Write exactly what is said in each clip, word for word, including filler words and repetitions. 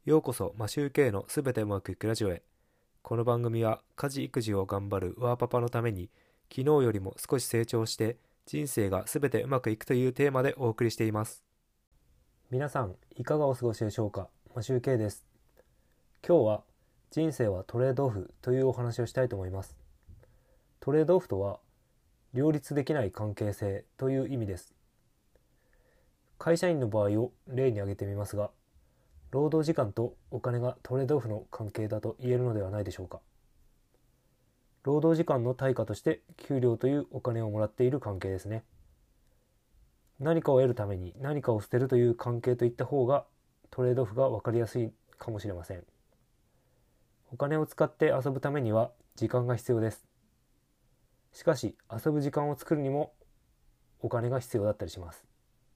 ようこそマシューケイのすべてうまくいくラジオへ。この番組は家事育児を頑張るワーパパのために、昨日よりも少し成長して人生がすべてうまくいくというテーマでお送りしています。皆さんいかがお過ごしでしょうか。マシューケイです。今日は人生はトレードオフというお話をしたいと思います。トレードオフとは両立できない関係性という意味です。会社員の場合を例に挙げてみますが、労働時間とお金がトレードオフの関係だと言えるのではないでしょうか。労働時間の対価として給料というお金をもらっている関係ですね。何かを得るために何かを捨てるという関係といった方がトレードオフが分かりやすいかもしれません。お金を使って遊ぶためには時間が必要です。しかし遊ぶ時間を作るにもお金が必要だったりします。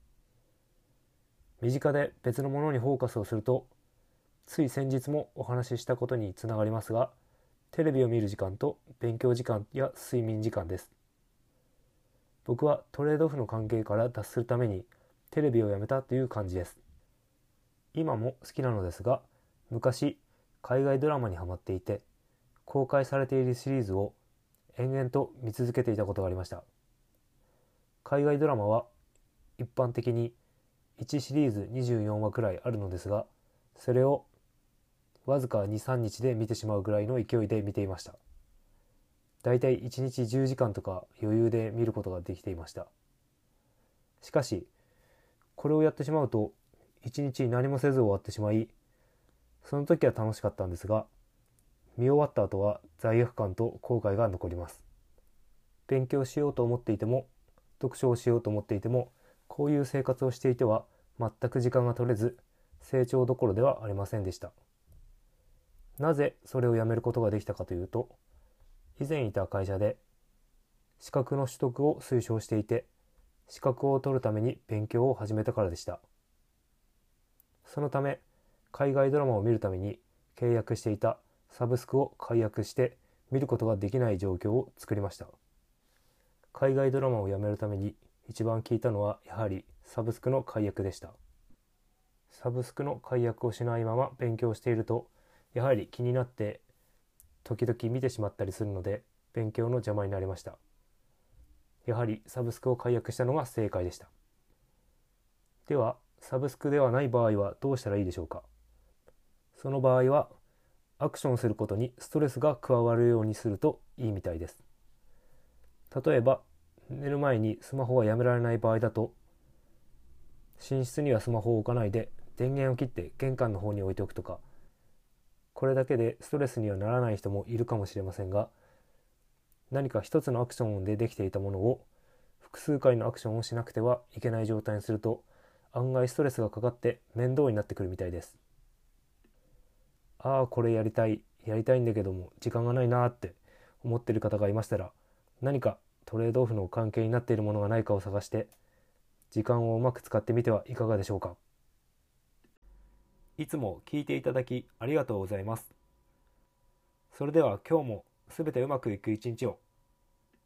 身近で別のものにフォーカスをすると、つい先日もお話ししたことにつながりますが、テレビを見る時間と勉強時間や睡眠時間です。僕はトレードオフの関係から脱するためにテレビをやめたという感じです。今も好きなのですが、昔海外ドラマにハマっていて、公開されているシリーズを延々と見続けていたことがありました。海外ドラマは一般的にいちシリーズにじゅうよんわくらいあるのですが、それをわずかに、さんにちで見てしまうぐらいの勢いで見ていました。だいたいいちにちじゅうじかんとか余裕で見ることができていました。しかし、これをやってしまうといちにち何もせず終わってしまい、その時は楽しかったんですが、見終わった後は罪悪感と後悔が残ります。勉強しようと思っていても、読書をしようと思っていても、こういう生活をしていては全く時間が取れず、成長どころではありませんでした。なぜそれをやめることができたかというと、以前いた会社で資格の取得を推奨していて、資格を取るために勉強を始めたからでした。そのため、海外ドラマを見るために契約していたサブスクを解約して見ることができない状況を作りました。海外ドラマをやめるために一番聞いたのはやはりサブスクの解約でした。サブスクの解約をしないまま勉強していると、やはり気になって時々見てしまったりするので、勉強の邪魔になりました。やはりサブスクを解約したのが正解でした。では、サブスクではない場合はどうしたらいいでしょうか。その場合は、アクションすることにストレスが加わるようにするといいみたいです。例えば、寝る前にスマホがやめられない場合だと、寝室にはスマホを置かないで電源を切って玄関の方に置いておくとか、これだけでストレスにはならない人もいるかもしれませんが、何か一つのアクションでできていたものを複数回のアクションをしなくてはいけない状態にすると、案外ストレスがかかって面倒になってくるみたいです。ああ、これやりたい、やりたいんだけども時間がないなーって思っている方がいましたら、何かトレードオフの関係になっているものがないかを探して時間をうまく使ってみてはいかがでしょうか。いつも聞いていただきありがとうございます。それでは今日もすべてうまくいく一日を。